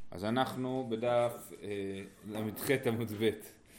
אז אנחנו בדף למ"ח עמוד ב'.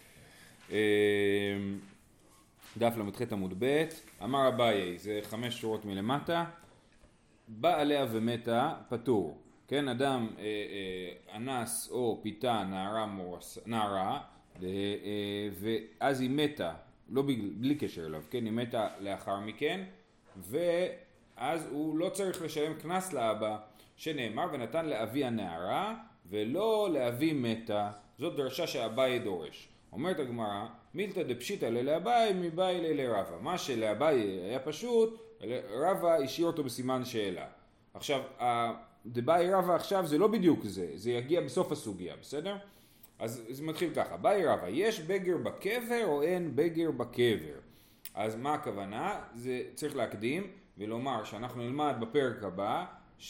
דף למ"ח עמוד ב', אמר אביי, זה 5 שורות מלמטה, בא עליה ומתה פטור. כן, אדם אנס או פיתה נערה, ואז היא מתה, לא בלי קשר אליו, כן, היא מתה לאחר מכן, ואז הוא לא צריך לשלם קנס לאבא, שנאמר ונתן לאבי הנערה ולא לאבי מתה. זאת דרשה שאביי דורש. אומרת הגמרא, מילתא דפשיטא לאביי מבאי לרבא. מה שלאביי היה פשוט, רבא השאיר אותו בסימן שאלה. עכשיו, דבאי רבא עכשיו זה לא בדיוק זה יגיע בסוף הסוגיה, בסדר? אז זה מתחיל ככה, באי רבא, יש בגר בקבר או אין בגר בקבר? אז מה הכוונה? זה צריך להקדים ולומר שאנחנו נלמד בפרק הבא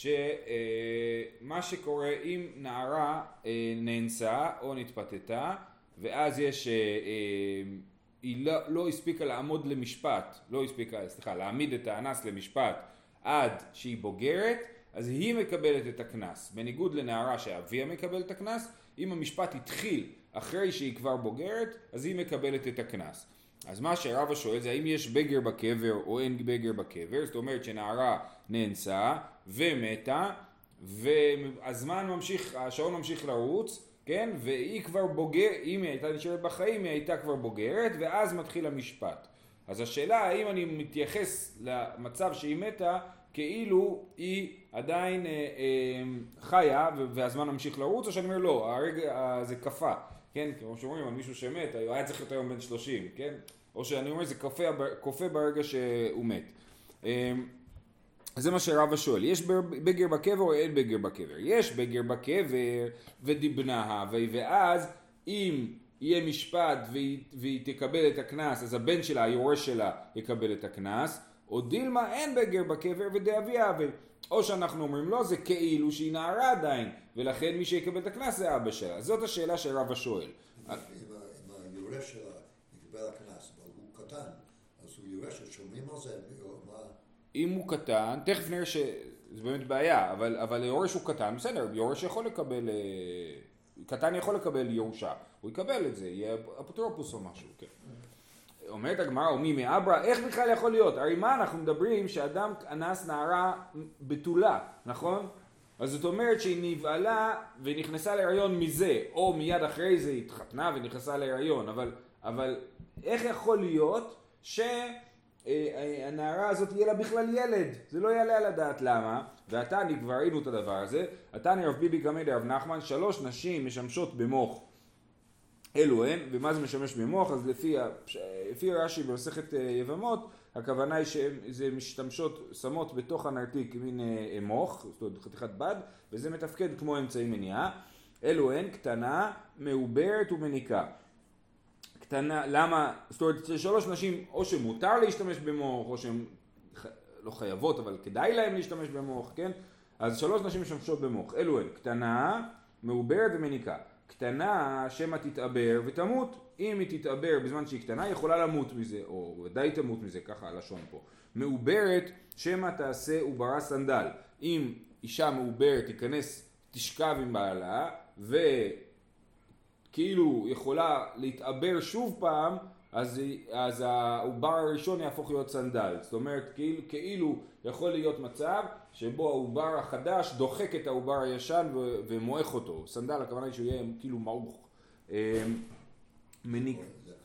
שמה שקורה אם נערה נאנסה או נתפתתה ואז היא לא הספיקה לעמוד למשפט, להעמיד את האנס למשפט עד שהיא בוגרת, אז היא מקבלת את הקנס. בניגוד לנערה שאביה מקבל את הקנס, אם המשפט התחיל אחרי שהיא כבר בוגרת, אז היא מקבלת את הקנס. אז מה שרבא שואל זה האם יש בגר בקבר או אין בגר בקבר, זאת אומרת שנערה נאנסה ומתה, והזמן ממשיך, השעון ממשיך לרוץ, כן? והיא כבר בוגרת, אם היא הייתה נשארת בחיים, היא הייתה כבר בוגרת, ואז מתחיל המשפט. אז השאלה האם אני מתייחס למצב שהיא מתה, כאילו היא עדיין חיה והזמן ממשיך לרוץ, או שאני אומר לא, הרגע זה קפה, כן? כמו שאומרים על מישהו שמת, היה צריך להיות היום בן 30, כן? או שאני אומר זה קופה ברגע שהוא מת. אז זה מה שרבא שואל, יש בגר בקבר או אין בגר בקבר? יש בגר בקבר ודיבנה, ואז אם יהיה משפט והיא תקבל את הקנס, אז הבן שלה, היורש שלה, יקבל את הקנס, או דילמה אין בגר בקבר ודאבי אבי. או שאנחנו אומרים לא, זה כאילו שהיא נערה עדיין, ולכן מי שיקבל את הקנס זה אבא שלה. זאת השאלה שרבא שואל. אם היורש שלה יקבל הקנס, אבל הוא קטן, אז הוא יורש, שומעים על זה? אם הוא קטן, תכף נראה שזה באמת בעיה, אבל יורש הוא קטן, בסדר, יורש יכול לקבל, קטן יכול לקבל ירושה, הוא יקבל את זה, יהיה אפוטרופוס או משהו, כן. אומרת הגמרא, ומי מאברה, איך בכלל יכול להיות? הרי מה אנחנו מדברים שאדם אנס נערה בתולה, נכון? אז זאת אומרת שהיא נבעלה ונכנסה להיריון מזה, או מיד אחרי זה היא התחתנה ונכנסה להיריון, אבל איך יכול להיות שהנערה הזאת יהיה לה בכלל ילד? זה לא יעלה על הדעת, למה? ועתני, כבר ראינו את הדבר הזה, עתני רב ביבי קמא דרב נחמן, 3 נשים משמשות במוח. אלו הן, ומה זה משמש במוח? אז לפי רש"י במסכת יבמות, הכוונה היא שזה משתמשות, שמות בתוך הנרתיק מין מוח, זאת אומרת חתיכת בד, וזה מתפקד כמו אמצעי מניעה. אלו הן, קטנה, מעוברת ומניקה. קטנה, למה? זאת אומרת, 3 נשים או שמותר להשתמש במוח, או שהן לא חייבות, אבל כדאי להם להשתמש במוח, כן? אז 3 נשים משמשות במוח. אלו הן, קטנה, מעוברת ומניקה. קטנה שמא תתעבר ותמות. אם היא תתעבר בזמן שהיא קטנה, היא יכולה למות מזה, או ודאי תמות מזה, ככה הלשון פה. מעוברת שמא תעשה עוברה סנדל. אם אישה מעוברת תיכנס, תשכב עם בעלה, וכאילו יכולה להתעבר שוב פעם, אז העובר הראשון יהפוך להיות סנדל. זאת אומרת, כאילו יכול להיות מצב שבו העובר החדש דוחק את העובר הישן ומועך אותו. סנדל, הכוונה היא שהוא יהיה כאילו מעוך. מניק.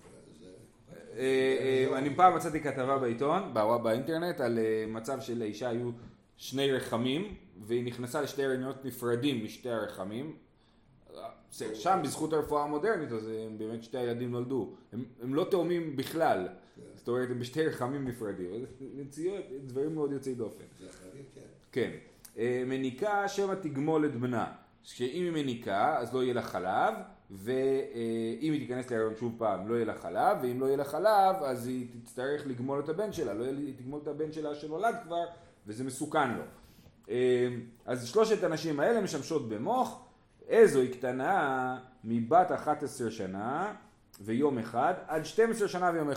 אני פעם מצאתי כתבה בעיתון, באינטרנט, על מצב שלאישה היו 2 רחמים, והיא נכנסה ל2 הריונות נפרדים משתי הרחמים. שם בזכות הרפואה המודרנית, אז באמת 2 ילדים נולדו. הם לא תאומים בכלל. זאת אומרת, הם ב2 רחמים נפרדים. דברים מאוד יוצאי דופן. זה חריג, כן. מניקה שמא תגמול את בנה. שאם היא מניקה, אז לא יהיה לה חלב, ואם היא תיכנס להיריון שוב פעם, לא יהיה לה חלב, ואם לא יהיה לה חלב, אז היא תצטרך לגמול את הבן שלה. היא תגמול את הבן שלה שנולד כבר, וזה מסוכן לו. אז 3 הנשים האלה משמשות במוח. איזו היא קטנה מבת 11 שנה ויום אחד עד 12 שנה ויום אחד.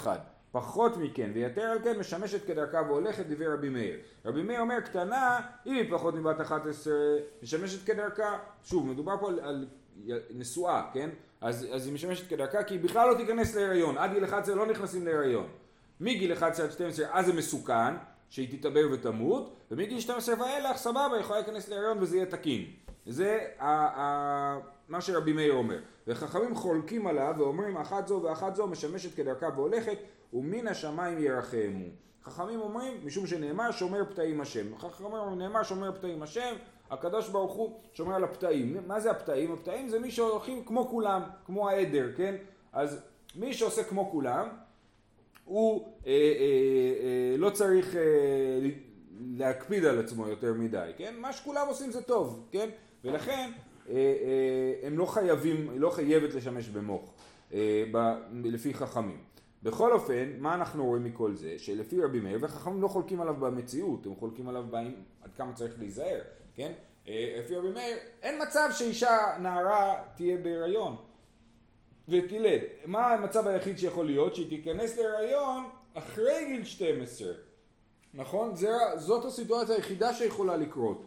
פחות מכן ויתר על כן משמשת כדרכה והולכת דבר רבי מאיר. רבי מאיר אומר קטנה אם היא פחות מבת 11 משמשת כדרכה, שוב מדובר פה על נשואה, כן? אז היא משמשת כדרכה כי היא בכלל לא תיכנס להיריון, עד גיל 11 לא נכנסים להיריון. מגיל 11 עד 12 אז זה מסוכן שהיא תתעבר ותמות, ומגיל 12 ואילך סבבה היא יכולה להיכנס להיריון וזה יהיה תקין. זה מה שרבי מאיר אומר. וחכמים חולקים עליו ואומרים אחת זו ואחת זו משמשת כדרכה והולכת ומן השמיים ירחמו. חכמים אומרים משום שנאמר שומר פתאים השם. חכמים אומרים נאמר שומר פתאים השם, הקדוש ברוך הוא שומר על הפתאים. מה זה הפתאים? הפתאים זה מי שהולכים כמו כולם, כמו העדר, כן? אז מי שעושה כמו כולם הוא לא צריך להקפיד על עצמו יותר מדי, כן? מה שכולם עושים זה טוב, כן? ולכן הם לא חייבים, לא חייבת לשמש במוח לפי חכמים. בכל אופן, מה אנחנו רואים מכל זה? שלפי רבי מאיר, וחכמים לא חולקים עליו במציאות, הם חולקים עליו עד כמה צריך להיזהר, כן? לפי רבי מאיר, אין מצב שאישה נערה תהיה בהיריון ותילד. מה המצב היחיד שיכול להיות? שהיא תיכנס להיריון אחרי גיל 12. נכון? זאת הסיטואציה היחידה שיכולה לקרות.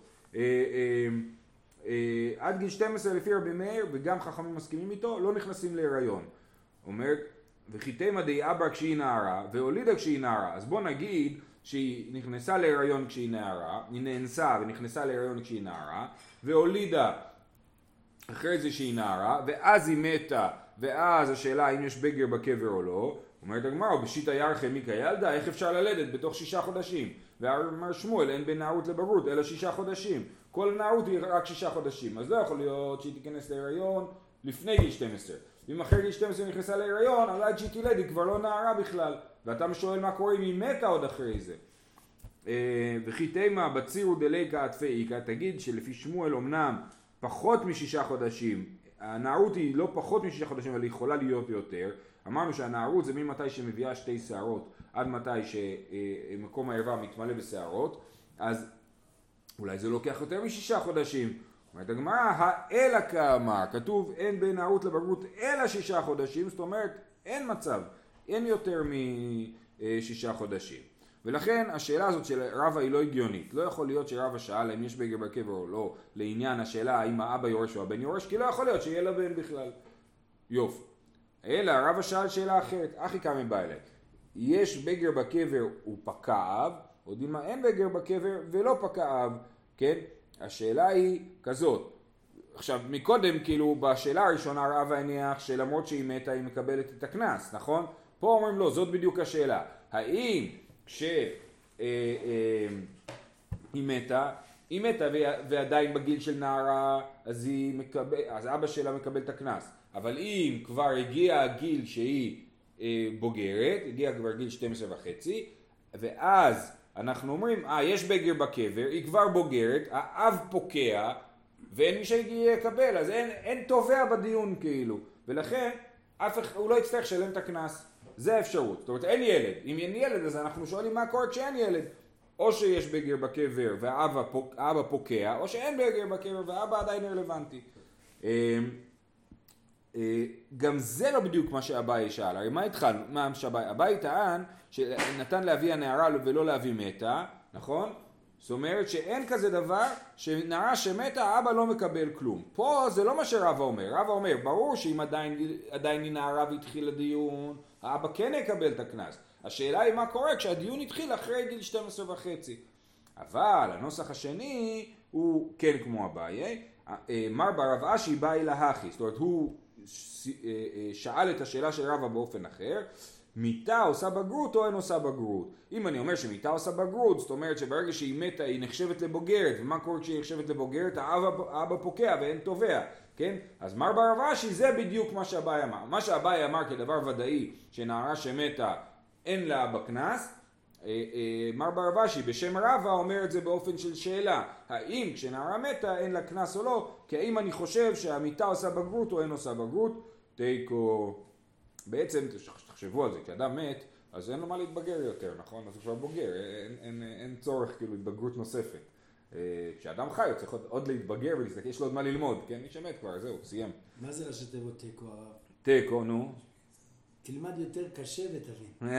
עד גיל 12 לפי רבי מאיר, וגם חכמים מסכימים איתו, לא נכנסים להיריון. אומרת, וחיתימה די אברה כשהיא נערה, והולידה כשהיא נערה. אז בוא נגיד שהיא נכנסה להיריון כשהיא נערה, היא נאנסה ונכנסה להיריון כשהיא נערה, והולידה אחרי זה שהיא נערה, ואז היא מתה, ואז השאלה האם יש בגר בקבר או לא. אומרת הגמרא, בשיטא ירחי מיקה ילדה, איך אפשר ללדת בתוך 6 חודשים? ואמר שמואל, אין בין נערות לבגרות, אלא 6 חודשים. כל נערות היא רק 6 חודשים, אז לא יכול להיות שהיא תיכנס להיריון לפני גיל 12. ואם אחרי גיל 12 נכנסה להיריון, אז עד שהיא תילד היא כבר לא נערה בכלל. ואתה שואל מה קורה אם היא מתה עוד אחרי זה. וכי תימה בצירו דליקה עטפי איקה, תגיד שלפי שמואל אמנם פחות מ6 חודשים, הנערות היא לא פחות מ6 חודשים, אבל היא יכולה להיות יותר. אמרנו שהנערות זה ממתי שמביאה 2 שערות, עד מתי שמקום הערווה מתמלא בשערות, אז אולי זה לוקח יותר מ6 חודשים. אומרת הגמרא, האלא כאמר, כתוב אין בין נערות לבגרות אלא 6 חודשים, זאת אומרת אין מצב, אין יותר מ6 חודשים. ולכן השאלה הזאת של רבא היא לא הגיונית. לא יכול להיות שרבא שאל אם יש בגר בקבר או לא, לעניין השאלה האם האבא יורש או הבן יורש, כי לא יכול להיות שיהיה לבן בכלל. יופי. אלא רבא שאל שאלה אחרת, אחי כמה בא אליי. יש בגר בקבר ופקעיו, או דימה אין בגר בקבר ולא פקעיו, כן? השאלה היא כזאת. עכשיו מקודם כאילו בשאלה הראשונה רבא הניח שלמרות שהיא מתה היא מקבלת את הקנס, נכון? פה אומרים לא, זאת בדיוק השאלה. האם כשהיא מתה, היא מתה ועדיין בגיל של נערה, אז אבא שלה מקבל את הקנס. אבל אם כבר הגיע הגיל שהיא בוגרת, הגיע כבר גיל 12.5, ואז אנחנו אומרים, יש בגר בקבר, היא כבר בוגרת, האב פוקע, ואין מי שיקבל, אז אין תובע בדיון כאילו. ולכן הוא לא יצטרך לשלם את הקנס. זה האפשרות. זאת אומרת, אין ילד. אם אין ילד, אז אנחנו שואלים מה קורה כשאין ילד. או שיש בגר בקבר והאבא פוקע, או שאין בגר בקבר והאבא עדיין רלוונטי. גם זה לא בדיוק מה שאביי שאל. הרי מה התחלנו? מה שאביי? אביי טען שנתן להביא הנערה ולא להביא מתה, נכון? זאת אומרת שאין כזה דבר שנערה שמתה האבא לא מקבל כלום. פה זה לא מה שרבא אומר. רבא אומר, ברור שאם עדיין היא נערה והתחיל הדיון, האבא כן יקבל את הקנס. השאלה היא מה קורה כשהדיון התחיל אחרי גיל 12.5. אבל הנוסח השני הוא כן כמו אביי. מר ברב אשי באי להכי. זאת אומרת הוא שאל את השאלה של רבא באופן אחר. מיתה עושה בגרות או אין עושה בגרות? אם אני אומר שמיתה עושה בגרות, זאת אומרת שברגע שהיא מתה היא נחשבת לבוגרת, ומה קורה כשהיא נחשבת לבוגרת? האבא פוקע ואין תובע, כן? אז מר ברב אשי זה בדיוק מה שאביי אמר. מה שאביי אמר כדבר ודאי שנערה שמתה אין לה בקנס, מר ברב אשי בשם רבא אומר את זה באופן של שאלה, האם כשנערה מתה אין לה קנס או לא, כי האם אני חושב שהמיתה עושה בגרות או אין עושה בגרות? תיקו. בעצם תחשבו על זה, כשאדם מת אז אין לו מה להתבגר יותר, נכון? אז הוא כבר בוגר, אין צורך כאילו התבגרות נוספת. כשאדם חי הוא צריך עוד להתבגר ולהסתכל, יש לו עוד מה ללמוד, כן? מי שמת כבר, זהו, סיים. מה זה ראשי תיבות תיקו הרב? תיקו, נו. תלמד יותר קשה ותבין.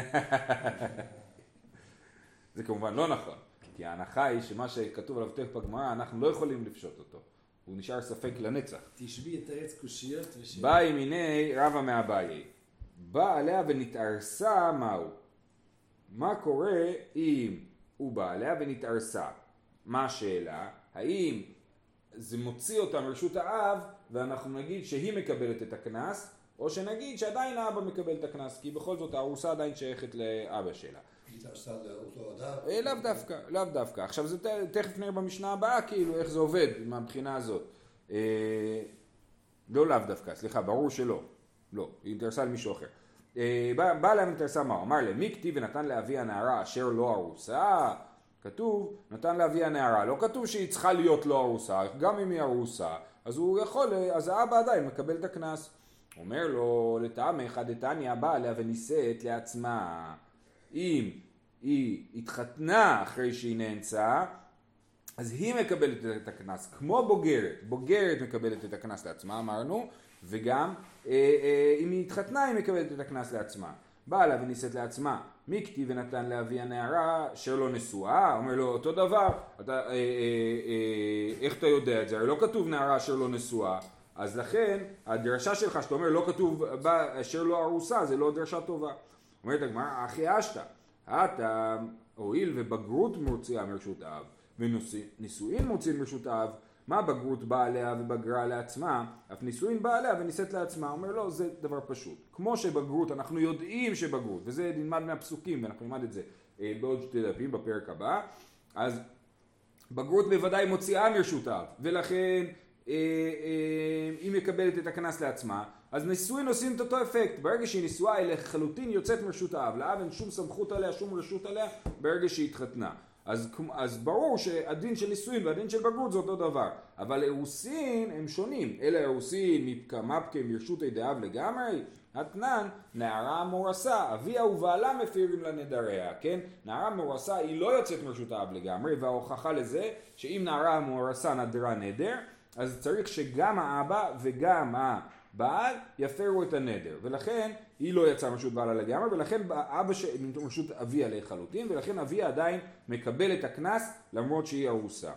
זה כמובן לא נכון, כי ההנחה היא שמה שכתוב עליו תכף בגמרא, אנחנו לא יכולים לפשוט אותו. הוא נשאר ספק לנצח. תשבי את ארץ קושיות באי מיני רבא מאביי. בא עליה ונתארסה מהו? מה קורה אם הוא בא עליה ונתארסה? מה השאלה? האם זה מוציא אותה מרשות האב ואנחנו נגיד שהיא מקבלת את הכנס, או שנגיד שעדיין האבא מקבל את הכנס, כי בכל זאת הארוסה עדיין שייכת לאבא שלה. היא התארסה לאותו אדם? לאו דווקא. עכשיו זה תכף נראה במשנה הבאה כאילו איך זה עובד מהבחינה הזאת. לא לאו דווקא, סליחה, ברור שלא. לא, היא התארסה למישהו אחר. בא להם התארסה מה? אמר להם, מי כתיב ונתן לאבי הנערה אשר לא ארוסה? כתוב, נתן לאבי הנערה. לא כתוב שהיא צריכה להיות לא ארוסה, גם אם היא ארוסה, אז הוא יכול, אז האבא עדיין מקבל את הכנס. אומר לו, לטעמי אחד דתניא באה עליה ונישאת לעצמה. אם היא התחתנה אחרי שהיא נאנסה, אז היא מקבלת את הכנס, כמו בוגרת. בוגרת מקבלת את הכנס לעצמה, אמרנו, וגם אם היא התחתנה היא מקבלת את הכנס לעצמה. באה לה ונישאת לעצמה. מי כתיב ונתן לאבי הנערה אשר לא נשואה? אומר לו אותו דבר. איך אתה יודע את זה? הרי לא כתוב נערה אשר לא נשואה. אז לכן הדרשה שלך שאתה אומר לא כתוב אשר לא ארוסה, זה לא דרשה טובה. אומרת הגמרא, אחי אשתא, אתה הואיל ובגרות מוציאה מרשות האב ונישואין מוציאים מרשות האב, מה בגרות באה עליה ובגרה לעצמה? אף נישואין באה עליה ונישאת לעצמה. אומר לא, זה דבר פשוט. כמו שבגרות, אנחנו יודעים שבגרות, וזה נלמד מהפסוקים ואנחנו נלמד את זה בעוד 2 דפים בפרק הבא, אז בגרות בוודאי מוציאה מרשות האב, ולכן היא מקבלת את הכנס לעצמה, אז נישואין עושים את אותו אפקט. ברגע שהיא נשואה היא לחלוטין יוצאת מרשות האב, לאב אין שום סמכות עליה, שום רשות עליה ברגע שהיא התחתנה. אז ברור שהדין של נישואין והדין של בגרות זה אותו דבר, אבל אירוסין הם שונים. אלה אירוסין מפקם מרשות דאב לגמרי, התנן נערה מורסה, אביה ובעלה מפירים לנדריה, כן? נערה מורסה היא לא יוצאת מרשות האב לגמרי, וההוכחה לזה שאם נערה מורסה נדרה נדר, אז צריך שגם האבא וגם הבעל יפרו את הנדר, ולכן היא לא יצאה מרשות בעלה לגמרי, ולכן אבא מרשות אביה לחלוטין, ולכן אביה עדיין מקבל את הכנס למרות שהיא ארוסה.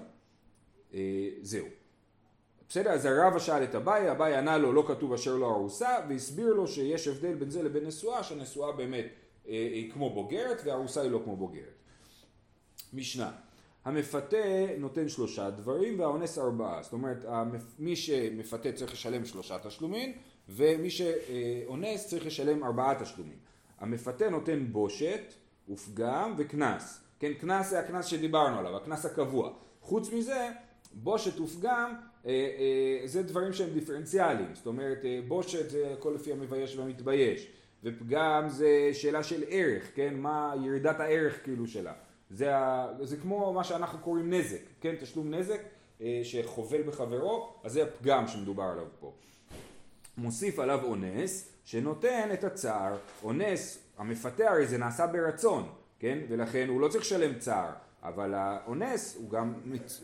זהו. בסדר, אז הרב שאל את אביי, אביי ענה לו לא כתוב אשר לא ארוסה, והסביר לו שיש הבדל בין זה לבין נשואה, שהנשואה באמת היא כמו בוגרת והארוסה היא לא כמו בוגרת. משנה. המפתה נותן 3 דברים והאונס 4. זאת אומרת, מי שמפתה צריך לשלם 3 תשלומים, ומי שאונס צריך לשלם 4 תשלומים. המפתה נותן בושת ופגם וכנס. כן, כנס זה הכנס שדיברנו עליו, הכנס הקבוע. חוץ מזה, בושת ופגם זה דברים שהם דיפרנציאליים. זאת אומרת, בושת זה הכל לפי המבייש והמתבייש. ופגם זה שאלה של ערך, כן? מה ירידת הערך כאילו שלה. זה כמו מה שאנחנו קוראים נזק, כן? תשלום נזק שחובל בחברו, אז זה הפגם שמדובר עליו פה. מוסיף עליו אונס שנותן את הצער. אונס, המפתה הרי זה נעשה ברצון, כן? ולכן הוא לא צריך לשלם צער, אבל האונס הוא גם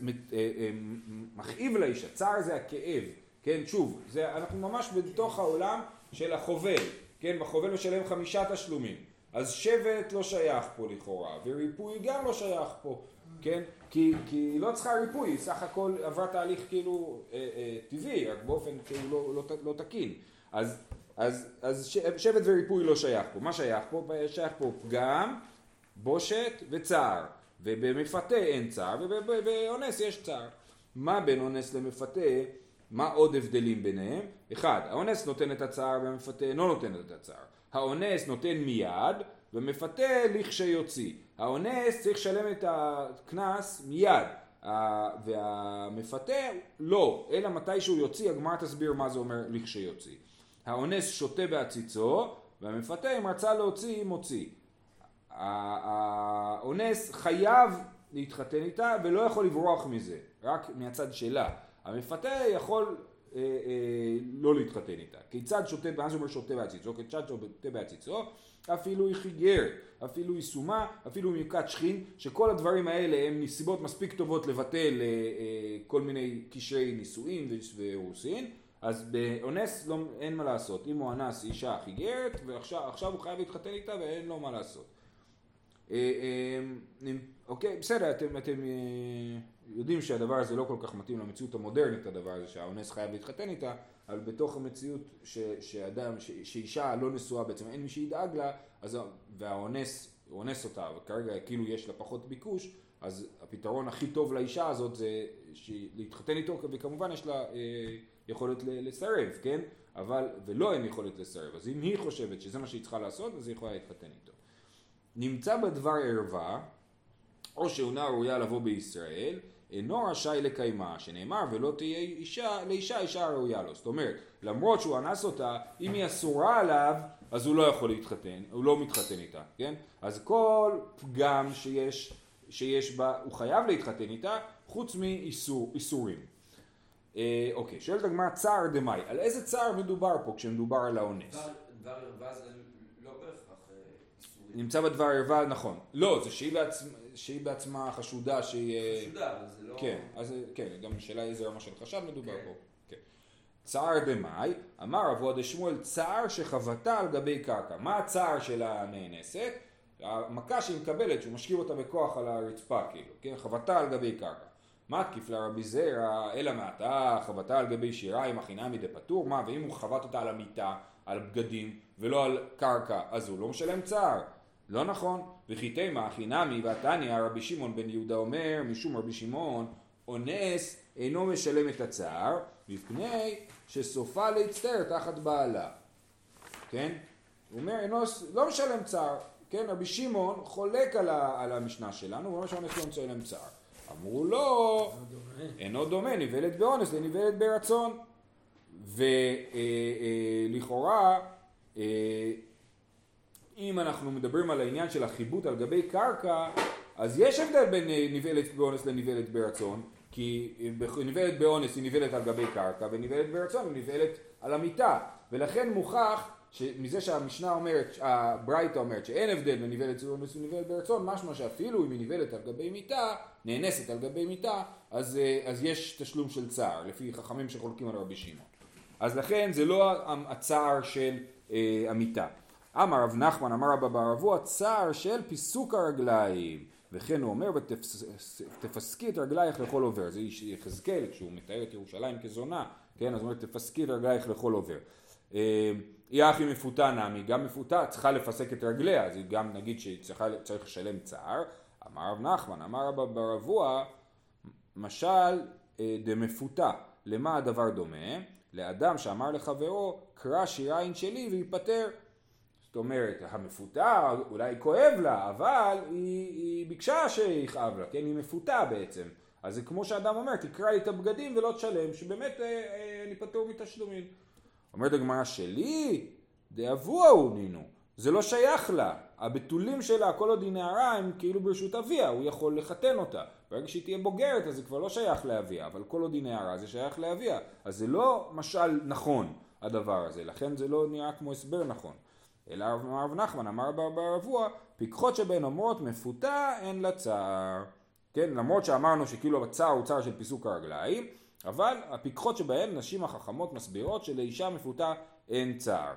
מכאיב לאיש. הצער זה הכאב, כן? שוב, אנחנו ממש בתוך העולם של החובל, כן? בחובל משלם 5 תשלומים. אז שבט לא שייך פה לכאורה, וריפוי גם לא שייך פה, כן? כי היא לא צריכה ריפוי, היא סך הכל עברה תהליך כאילו טבעי, רק באופן כאילו לא תקין. אז שבט וריפוי לא שייך פה. מה שייך פה? שייך פה פגם, בושת וצער. ובמפתה אין צער, ובאונס יש צער. מה בין אונס למפתה? מה עוד הבדלים ביניהם? 1. האונס נותן את הצער והמפתה אינו נותן את הצער. האונס נותן מיד ומפתה לכשיוציא. האונס צריך לשלם את הכנס מיד, והמפתה לא, אלא מתי שהוא יוציא. הגמרא תסביר מה זה אומר לכשיוציא. האונס שותה בעציצו והמפתה אם רצה להוציא מוציא. האונס חייב להתחתן איתה ולא יכול לברוח מזה, רק מהצד שלה. המפתה יכול לא להתחתן איתה. כיצד שותה, מה זה אומר שותה בעציצו? כיצד שותה בעציצו? אפילו היא חיגרת, אפילו היא סומה, אפילו היא מכת שכין, שכל הדברים האלה הם נסיבות מספיק טובות לבטל כל מיני קשרי נישואין ואירוסין, אז באונס לא, אין מה לעשות, אם הוא אנס אישה חיגרת, ועכשיו הוא חייב להתחתן איתה ואין לו מה לעשות. אוקיי, בסדר, אתם יודעים שהדבר הזה לא כל כך מתאים למציאות המודרנית, הדבר הזה שהאונס חייב להתחתן איתה, אבל בתוך המציאות שאישה לא נשואה בעצם, אין מי שידאג לה, והאונס אונס אותה, וכרגע כאילו יש לה פחות ביקוש, אז הפתרון הכי טוב לאישה הזאת זה להתחתן איתו, וכמובן יש לה יכולת לסרב, כן? ולא אין יכולת לסרב, אז אם היא חושבת שזה מה שהיא צריכה לעשות, אז היא יכולה להתחתן איתו. נמצא בדבר ערווה, או שאונה ראויה לבוא בישראל, אינו רשאי לקיימה, שנאמר ולא תהיה אישה ראויה לו. זאת אומרת, למרות שהוא אנס אותה, אם היא אסורה עליו, אז הוא לא יכול להתחתן, הוא לא מתחתן איתה, כן? אז כל פגם שיש בה, הוא חייב להתחתן איתה, חוץ מאיסורים. אוקיי, שואלת הגמרא צער דמאי, על איזה צער מדובר פה כשמדובר על האונס? דבר ערווה זה לא בהכרח איסורים. נמצא בדבר ערווה, נכון. לא, זה שהיא בעצמה חשודה שהיא... חשודה, אבל זה לא... כן, אז כן, גם שאלה איזה רמה של חשד מדובר פה. כן. צער דמאי, אמר רבו דשמואל צער שחבטה על גבי קרקע. מה הצער של הנאנסת? המכה שהיא מקבלת, שהוא משכיב אותה בכוח על הרצפה, כאילו, כן? חבטה על גבי קרקע. מה תקיף לרבי זרע, אלא מעתה, חבטה על גבי שיריים, החינמי דפטור, מה? ואם הוא חבט אותה על המיטה, על בגדים, ולא על קרקע, אז הוא לא משלם צער. לא נכון. וחיתימה, החינמי והתניא, רבי שמעון בן יהודה אומר, משום רבי שמעון, אונס אינו משלם את הצער, מפני שסופה להצטער תחת בעלה. כן? הוא אומר, אינו לא משלם צער. כן? רבי שמעון חולק על המשנה שלנו, הוא אומר שאונס לא משלם צער. אמרו לו, אינו דומה, ניבלת באונס לניבלת ברצון. ולכאורה, אם אנחנו מדברים על העניין של החיבוט על גבי קרקע, אז יש הבדל בין ניבלת באונס לניבלת ברצון, כי ניבלת באונס היא ניבלת על גבי קרקע, וניבלת ברצון היא ניבלת על המיטה. ולכן מוכח שמזה שהמשנה אומרת, הברייתא אומרת שאין הבדל בין ניבלת באונס וניבלת ברצון, משמע שאפילו אם היא ניבלת על גבי מיטה, נאנסת על גבי מיטה, אז יש תשלום של צער, לפי חכמים שחולקים על רבי שמעון. אז לכן זה לא הצער של המיטה. אמר רב נחמן, אמר רבא בר אבוה, הצער של פיסוק הרגליים. וכן הוא אומר, תפסקי את רגלייך לכל עובר. זה יחזקאל, כשהוא מתאר את ירושלים כזונה, כן, אז הוא אומר, תפסקי את רגלייך לכל עובר. היא אחי מפותה נמי, גם מפותה צריכה לפסק את רגליה, אז היא גם נגיד שצריך לשלם צער. אמר רב נחמן, אמר רבא בר אבוה, משל דמפותה, למה הדבר דומה? לאדם שאמר לחברו, קרא שיריים שלי ויפטר. זאת אומרת, המפותה אולי כואב לה, אבל היא ביקשה שיכאב לה, כן? היא מפותה בעצם. אז זה כמו שאדם אומר, תקרא לי את הבגדים ולא תשלם, שבאמת אני פטור מתשלומים. אומרת הגמרא שלי, דאבוה הוא נינו. זה לא שייך לה. הבתולים שלה, כל עוד היא נערה, הם כאילו ברשות אביה, הוא יכול לחתן אותה. ברגע שהיא תהיה בוגרת, אז זה כבר לא שייך לאביה, אבל כל עוד היא נערה, זה שייך לאביה. אז זה לא משל נכון, הדבר הזה. לכן זה לא נראה כמו הסבר נכון. אלא אמר רב נחמן, אמר בר אבוה, פיקחות שבין אומרות מפותה אין לה צער. כן, למרות שאמרנו שכאילו הצער הוא צער של פיסוק הרגליים, אבל הפיקחות שבהן נשים החכמות מסבירות שלאישה מפותה אין צער.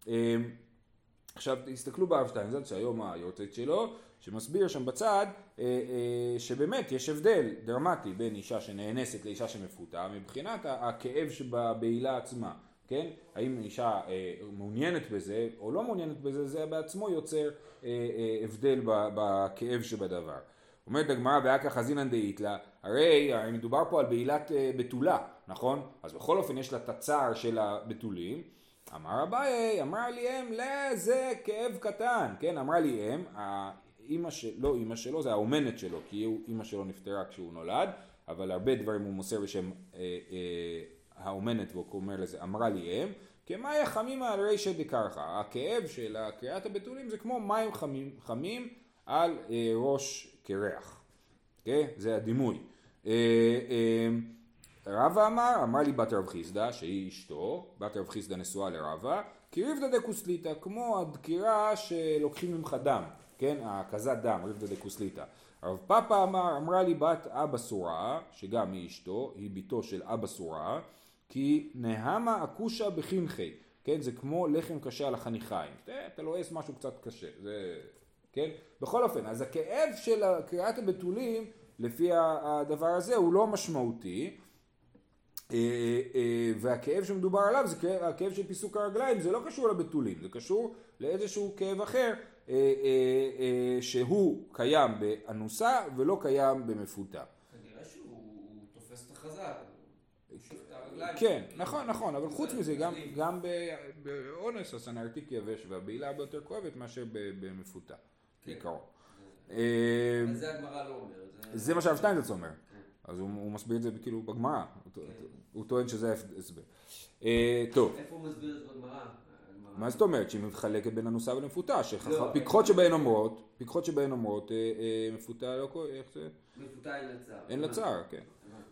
עכשיו תסתכלו באב שטיינזלץ שהיום היורצייט שלו, שמסביר שם בצד שבאמת יש הבדל דרמטי בין אישה שנאנסת לאישה שמפותה מבחינת הכאב שבבעילה עצמה. כן? האם אישה מעוניינת בזה או לא מעוניינת בזה, זה בעצמו יוצר הבדל בכאב שבדבר. אומרת הגמרא באקא חזינן דאיתלה, הרי מדובר פה על בעילת בתולה, נכון? אז בכל אופן יש לה את הצער של הבתולים. אמר אביי, אמרה לי אם, לא, זה כאב קטן, כן? אמרה לי אם, לא אמא שלו, זה האומנת שלו, כי אמא שלו נפטרה כשהוא נולד, אבל הרבה דברים הוא מוסר בשם האומנת, והוא אומר לזה, אמרה לי אם, כמים חמים על רישא דקרחא. הכאב של קריאת הבתולים זה כמו מים חמים על ראש קרח. כן? זה הדימוי. רבא אמר לי בת רב חיסדא, שהיא אשתו, בת רב חיסדא נשואה לרבא, כי ריבדא דקוסליטא, כמו הדקירה שלוקחים ממך דם, כן? הקזת דם, ריבדא דקוסליטא. רב פאפא אמרה לי בת אבא סורה, שגם היא אשתו, היא ביתו של אבא סורה, כי נהמה אקושה בחינכי, כן, זה כמו לחם קשה על החניכיים, אתה לועס משהו קצת קשה, זה, כן, בכל אופן, אז הכאב של קריאת הבתולים לפי הדבר הזה הוא לא משמעותי, והכאב שמדובר עליו זה הכאב של פיסוק הרגליים, זה לא קשור לבתולים, זה קשור לאיזשהו כאב אחר שהוא קיים באנוסה ולא קיים במפותה. כנראה שהוא תופס את החזק, הוא שוב את הרגליים. כן, נכון, אבל חוץ מזה גם באונס הסנרתיק יבש והבעילה ביותר כואבת מאשר במפותה, בעיקרון. אבל זה הגמרא לא אומר. זה מה שהרב שטיינזלץ אומר. אז הוא מסביר את זה כאילו בגמרא, הוא טוען שזה ההסבר. טוב. איפה הוא מסביר את זה בגמרא? מה זאת אומרת? שהיא מתחלקת בין אנוסה ולמפותה, פיקחות שבהן אומרות, מפותה לא קורה, איך זה? מפותה אין לצער. אין לצער, כן.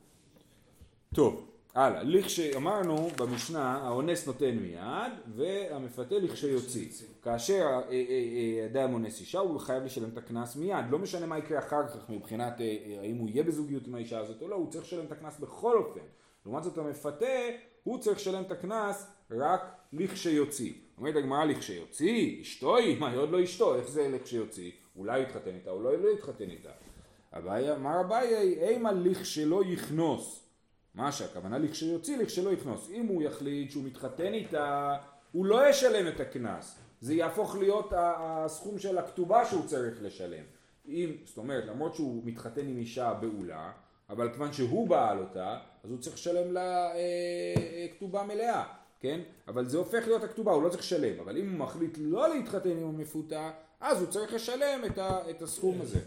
טוב, הלאה, לכשאמרנו במשנה, האונס נותן מיד, והמפתה לכשיוציא. כאשר אדם אונס אישה, הוא חייב לשלם את הקנס מיד, לא משנה מה יקרה אחר כך מבחינת האם הוא יהיה בזוגיות עם האישה הזאת או לא, הוא צריך לשלם את הקנס בכל אופן. לעומת זאת המפתה, הוא צריך לשלם את הקנס רק לכשיוציא. אומרת הגמרא לכשיוציא, אשתו היא, מה, היא עוד לא אשתו, איך זה לכשיוציא? אולי הוא יתחתן איתה, אולי לא יתחתן איתה. אמר אביי, אימה לכשלא יכנוס. מה שהכוונה לכשיוציא, לכשלא יכנוס. אם הוא יחליט שהוא מתחתן איתה, הוא לא ישלם את הקנס. זה יהפוך להיות הסכום של הכתובה שהוא צריך לשלם. זאת אומרת, למרות שהוא מתחתן עם אישה בעולה, אבל כיוון שהוא בעל אותה, אז הוא צריך לשלם לה כתובה מלאה, כן? אבל זה הופך להיות הכתובה, הוא לא צריך לשלם. אבל אם הוא מחליט לא להתחתן עם המפותה, אז הוא צריך לשלם את הסכום הזה.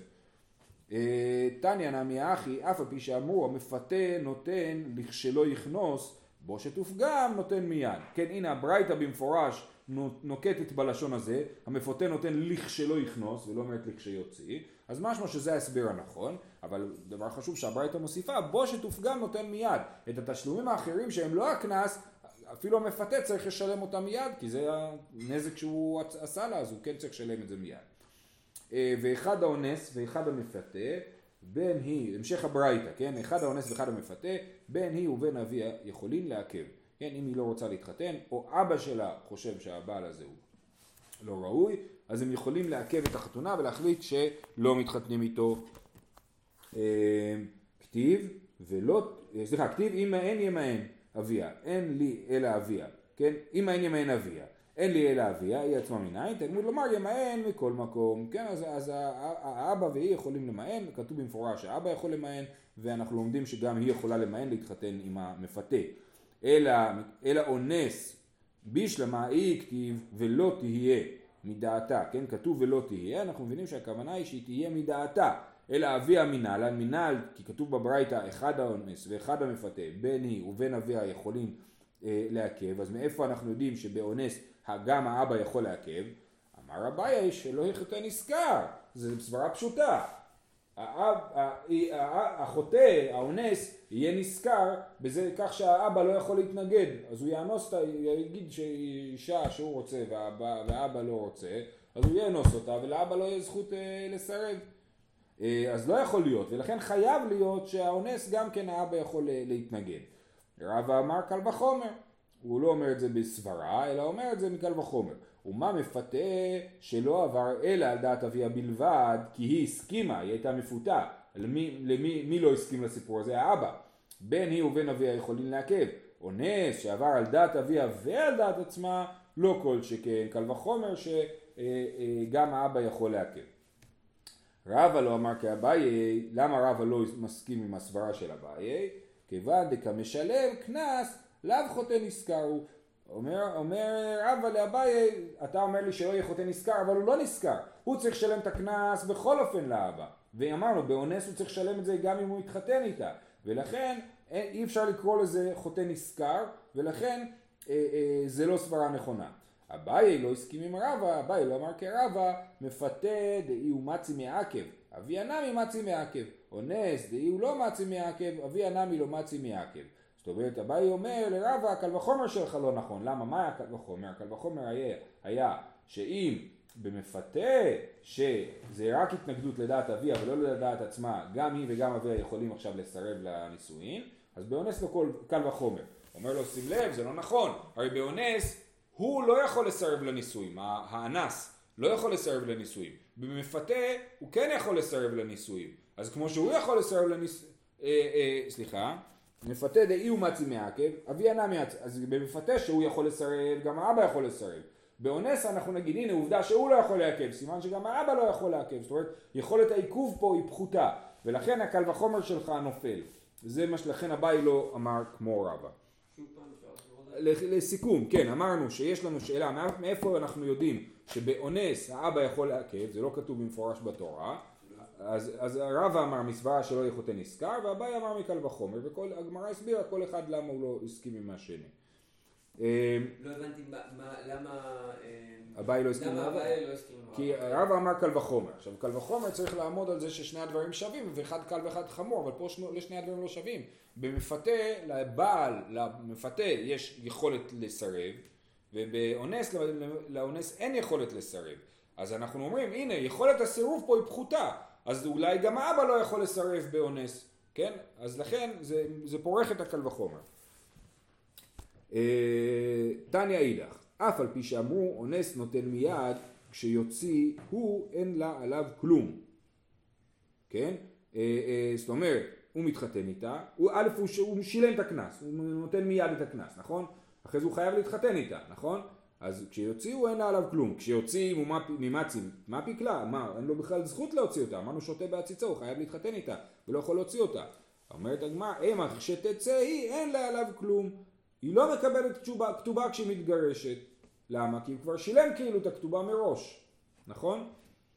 תניא נמי אחי, אף על פי שאמרו, המפתה נותן לכשלא יכנוס, בו שתופגם נותן מיד. כן, הנה הברייתא במפורש נוקטת בלשון הזה, המפתה נותן לכשלא יכנוס, ולא אומרת לכשיוציא, אז משמע שזה ההסבר הנכון, אבל דבר חשוב שהברייתא מוסיפה, בו שתופגם נותן מיד. את התשלומים האחרים שהם לא הקנס, אפילו המפתה צריך לשלם אותם מיד, כי זה הנזק שהוא עשה לה, אז הוא כן צריך לשלם את זה מיד. ואחד האונס ואחד המפתה, בין היא, המשך הברייתא, כן? אחד האונס ואחד המפתה, בין היא ובין אביה יכולים לעכב. כן? אם היא לא רוצה להתחתן, או אבא שלה חושב שהבעל הזה הוא לא ראוי, אז הם יכולים לעכב את החתונה ולהחליט שלא מתחתנים איתו. כתיב, אם אין ימהן אביה, אין לי אלא אביה, כן? אם אין ימהן אביה. אין לי אלא אביה, היא עצמה מנין, תלמוד לומר ימהן מכל מקום, כן, אז האבא והיא יכולים למהן, כתוב במפורש שהאבא יכול למהן, ואנחנו לומדים שגם היא יכולה למהן להתחתן עם המפתה. אלא אונס בשלמה היא כתיב ולא תהיה מדעתה, כן, כתוב ולא תהיה, אנחנו מבינים שהכוונה היא שהיא תהיה מדעתה, אלא אביה מנהל, כי כתוב בברייתא אחד האונס ואחד המפתה, בין היא ובין אביה יכולים לעכב, אז מאיפה אנחנו יודעים שבאונס גם האבא יכול לעכב? אמר אביי שלא יחטא נזכר, זו סברה פשוטה. החוטא, האונס, יהיה נזכר בזה כך שהאבא לא יכול להתנגד, אז הוא יאנוס אותה, יגיד שאישה שהוא רוצה והאבא לא רוצה, אז הוא יאנוס אותה ולאבא לא יהיה זכות לסרב. אז לא יכול להיות, ולכן חייב להיות שהאונס גם כן האבא יכול להתנגד. רבא אמר קל וחומר, הוא לא אומר את זה בסברה, אלא אומר את זה מקל וחומר. ומה מפתה שלא עבר אלא על דעת אביה בלבד, כי היא הסכימה, היא הייתה מפותה. מי לא הסכים לסיפור הזה? האבא. בין היא ובין אביה יכולים לעכב. אונס שעבר על דעת אביה ועל דעת עצמה, לא כל שכן קל וחומר שגם האבא יכול לעכב. רבא לא אמר כאביי, למה רבא לא מסכים עם הסברה של אביי? כיוון דקמשלם קנס לאו חוטא נזכר. אומר רבא לאביי, אתה אומר לי שלא יהיה חוטא נזכר, אבל הוא לא נזכר, הוא צריך לשלם את הקנס בכל אופן לאבא, ואמרנו באונס הוא צריך לשלם את זה גם אם הוא יתחתן איתה, ולכן אי אפשר לקרוא לזה חוטא נזכר, ולכן זה לא סברה נכונה. אביי לא הסכים עם רבא, אביי לא אמר כרבא, מפתה דאי הוא מצי מעכב, אבי הנמי מצי מעכב, אונס דאי הוא לא מצי מעכב, אבי הנמי לא מצי מעכב. זאת אומרת, אביי אומר לרבא, הקל וחומר שלך לא נכון. למה? מה היה הקל וחומר? הקל וחומר היה שאם במפתה שזה רק התנגדות לדעת אביה ולא לדעת עצמה, גם היא וגם אביה יכולים עכשיו לסרב לנישואין, אז באונס לא כל קל וחומר. אומר לו שים לב, זה לא נכון, הרי באונס הוא לא יכול לסרב לנישואים, האנס לא יכול לסרב לנישואים, במפתה הוא כן יכול לסרב לנישואים, אז כמו שהוא יכול לסרב לנישואים, מפתה דאי ומצי מעכב, אבי ענה מעצ... אז במפתה שהוא יכול לסרב, גם האבא יכול לסרב. באונס אנחנו נגיד, הנה עובדה שהוא לא יכול לעכב, סימן שגם האבא לא יכול לעכב, זאת אומרת, יכולת העיכוב פה היא פחותה, ולכן הקל וחומר שלך נופל. זה מה שלכן אביי לא אמר כמו רבא. לסיכום, כן, אמרנו שיש לנו שאלה, מאיפה אנחנו יודעים שבאונס האבא יכול לעכב, זה לא כתוב במפורש בתורה, אז רבא אמר מסברה שלא יחותה נזכר, ואביי אמר מקל וחומר, וכל הגמרא הסבירה כל אחד למה הוא לא הסכים עם השני. לא הבנתי למה אביי לא הסכים עם רבא? כי רבא אמר קל וחומר. עכשיו קל וחומר צריך לעמוד על זה ששני הדברים שווים, ואחד קל ואחד חמור, אבל פה לשני הדברים לא שווים. במפתה, לבעל, למפתה יש יכולת לסרב, ובאונס, לאונס אין יכולת לסרב. אז אנחנו אומרים, הנה, יכולת הסירוב פה היא פחותה, אז אולי גם האבא לא יכול לסרב באונס, כן? אז לכן זה פורח את הקל וחומר. תניא אידך, אף על פי שאמרו אונס נותן מיד, כשיוציא הוא אין לה עליו כלום, כן? זאת אומרת, הוא מתחתן איתה, הוא שילם את הכנס, הוא נותן מיד את הכנס, נכון? אחרי זה הוא חייב להתחתן איתה, נכון? אז כשיוציאו אין לה עליו כלום, כשיוצאים ממצים, מה פיקלה? מה, אין לו בכלל זכות להוציא אותה, אמרנו שותה בעציצה, הוא חייב להתחתן איתה ולא יכול להוציא אותה. אומרת הגמרא, אמא שתצא היא אין לה עליו כלום, היא לא מקבלת כתובה כשהיא מתגרשת. למה? כי הוא כבר שילם כאילו את הכתובה מראש, נכון?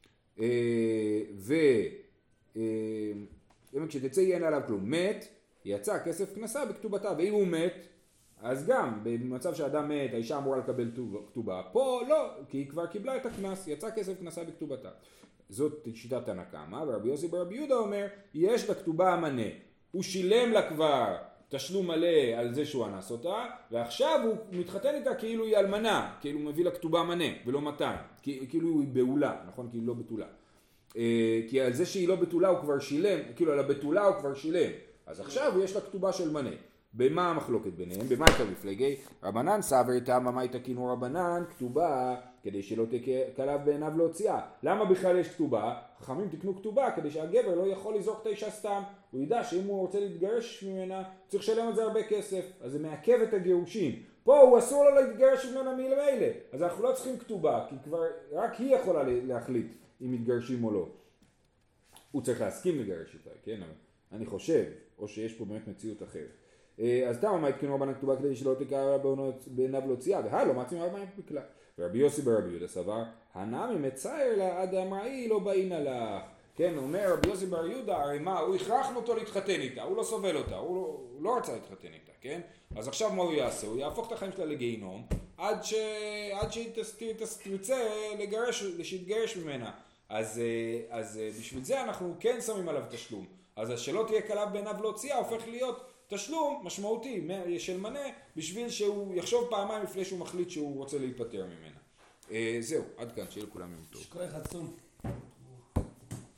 כשתצא היא אין עליו כלום, מת, יצא כסף כנסה בכתובתה, ואם הוא מת, אז גם במצב שאדם מת, האישה אמורה לקבל כתובה, פה לא, כי היא כבר קיבלה את הכנס, יצא כסף כנסה בכתובתה. זאת שיטת תנא קמא, ורבי יוסי ברבי יהודה אומר, יש לכתובה המנה, הוא שילם לה כבר תשלום מלא על זה שהוא אנס אותה, ועכשיו הוא מתחתן איתה כאילו היא אלמנה, כאילו הוא מביא לה כתובה מנה ולא 200, כאילו היא בעולה, נכון? כי היא לא בתולה. כי על זה שהיא לא בתולה הוא כבר שילם, כאילו על הבתולה הוא כבר שילם, אז עכשיו יש לה כתובה של מנה. במה המחלוקת ביניהם? במה הייתה מפלגי? רבנן סבר תמה מה יתקינו רבנן כתובה כדי שלא תקלב בעיניו להוציאה. למה בכלל יש כתובה? חכמים תקנו כתובה כדי שהגבר לא יכול לזרוק את האישה סתם. הוא ידע שאם הוא רוצה להתגרש ממנה צריך לשלם את זה הרבה כסף, אז זה מעכב את הגירושים. פה הוא אסור לו להתגרש ממנה מלמעלה, אז אנחנו לא צריכים כתובה, כי כבר רק היא יכולה להחליט אם מתגרשים או לא. הוא צריך להסכים לגרש איתה, כן? אני חושב, או שיש פה באמת מציאות אחרת. אז תמה מה יתקנו רבנן כתובה כדי שלא תקרא בעיניו להוציאה, והלא מצאים רבנן פיקלה. ורבי יוסי ברבי יהודה סבר, הנמי מצער לה עד אמראי לא באינה לך. כן, הוא אומר רבי יוסי ברבי יהודה, הרי מה, הוא הכרחנו אותו להתחתן איתה, הוא לא סובל אותה, הוא לא רצה להתחתן איתה, כן? אז עכשיו מה הוא יעשה? הוא יהפוך את החיים שלה לגיהינום, עד שהיא תרצה שיתגרש ממנה. אז בשביל זה אנחנו כן שמים עליו תשלום. אז שלא תהיה קלב בעיניו להוציאה, הופך להיות תשלום משמעותי של מנה, בשביל שהוא יחשוב פעמיים לפני שהוא מחליט שהוא רוצה להיפטר ממנה. זהו, עד כאן, שיהיה לכולם יום טוב. שכוח עצום.